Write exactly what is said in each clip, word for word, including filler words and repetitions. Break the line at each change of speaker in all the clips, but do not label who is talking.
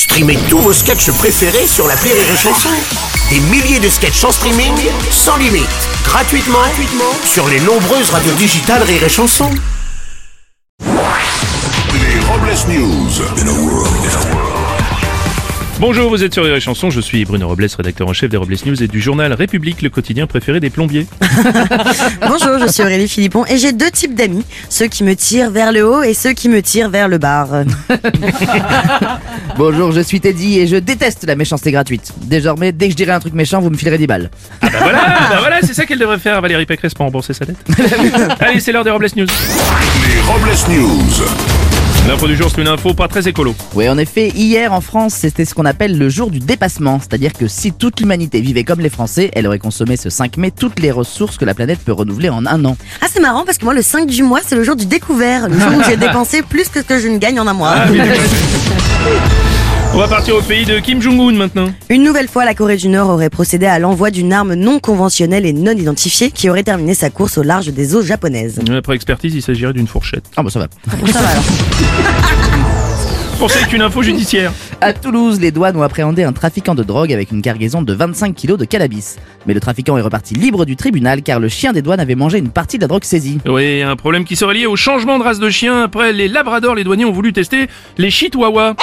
Streamez tous vos sketchs préférés sur l'appli Rire et Chanson. Des milliers de sketchs en streaming, sans limite, gratuitement, gratuitement sur les nombreuses radios digitales Rire et Chanson.
Les Robles News. In a world, in a world.
Bonjour, vous êtes sur Rire et Chanson, je suis Bruno Robles, rédacteur en chef des Robles News et du journal République, le quotidien préféré des plombiers.
Bonjour, je suis Aurélie Philippon et j'ai deux types d'amis, ceux qui me tirent vers le haut et ceux qui me tirent vers le bas.
Bonjour, je suis Teddy et je déteste la méchanceté gratuite. Désormais, dès que je dirai un truc méchant, vous me filerez dix balles.
Ah bah voilà, bah voilà, c'est ça qu'elle devrait faire, Valérie Pécresse, pour rembourser sa dette. Allez, c'est l'heure des Robles News.
Les Robles News.
L'info du jour, c'est une info pas très écolo.
Oui, en effet, hier en France, c'était ce qu'on appelle le jour du dépassement. C'est-à-dire que si toute l'humanité vivait comme les Français, elle aurait consommé ce cinq mai toutes les ressources que la planète peut renouveler en un an.
Ah, c'est marrant parce que moi, le cinq du mois, c'est le jour du découvert, le jour où j'ai dépensé plus que ce que je ne gagne en un mois.
Ah, oui, on va partir au pays de Kim Jong-un maintenant.
Une nouvelle fois, la Corée du Nord aurait procédé à l'envoi d'une arme non conventionnelle et non identifiée qui aurait terminé sa course au large des eaux japonaises.
Après expertise, il s'agirait d'une fourchette.
Ah bah ça va.
Bon, ça va alors.
Pour ça, qu'une info judiciaire.
À Toulouse, les douanes ont appréhendé un trafiquant de drogue avec une cargaison de vingt-cinq kilos de cannabis. Mais le trafiquant est reparti libre du tribunal car le chien des douanes avait mangé une partie de la drogue saisie.
Oui, un problème qui serait lié au changement de race de chien. Après les labradors, les douaniers ont voulu tester les chihuahuas.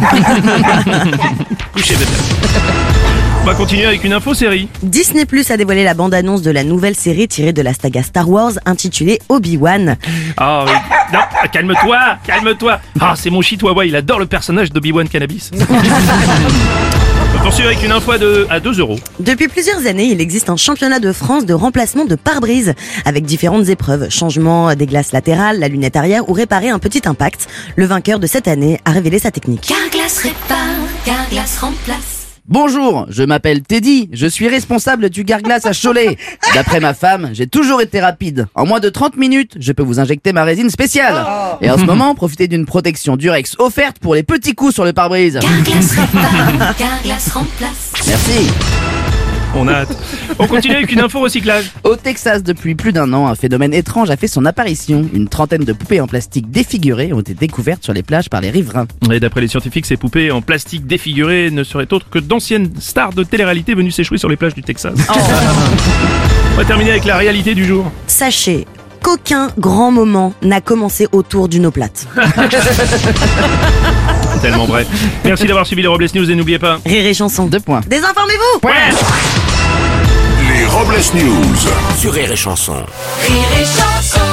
Couchez bébé. On va continuer avec une info série.
Disney Plus a dévoilé la bande-annonce de la nouvelle série tirée de la saga Star Wars intitulée Obi-Wan.
Ah oui. Non, calme-toi, calme-toi. Ah, c'est mon chihuahua, il adore le personnage d'Obi-Wan Cannabis. On va poursuivre avec une info à deux, à deux euros.
Depuis plusieurs années, il existe un championnat de France de remplacement de pare-brise avec différentes épreuves, changement des glaces latérales, la lunette arrière ou réparer un petit impact. Le vainqueur de cette année a révélé sa technique.
Carglass répare, Carglass remplace.
Bonjour, je m'appelle Teddy, je suis responsable du Carglass à Cholet. D'après ma femme, j'ai toujours été rapide. En moins de trente minutes, je peux vous injecter ma résine spéciale. Et en ce moment, profitez d'une protection Durex offerte pour les petits coups sur le pare-brise.
Carglass répare, Carglass remplace.
Merci.
On a hâte. On continue avec une info recyclage.
Au Texas, depuis plus d'un an, un phénomène étrange a fait son apparition. Une trentaine de poupées en plastique défigurées ont été découvertes sur les plages par les riverains.
Et d'après les scientifiques, ces poupées en plastique défigurées ne seraient autres que d'anciennes stars de télé-réalité venues s'échouer sur les plages du Texas. Oh. On va terminer avec la réalité du jour.
Sachez qu'aucun grand moment n'a commencé autour d'une eau plate.
Tellement vrai. Merci d'avoir suivi les Robles News et n'oubliez pas...
Rire et Chanson.
Deux points.
Désinformez-vous.
Ouais.
Les Robles News.
Sur Rire et Chanson.
Rire et chanson.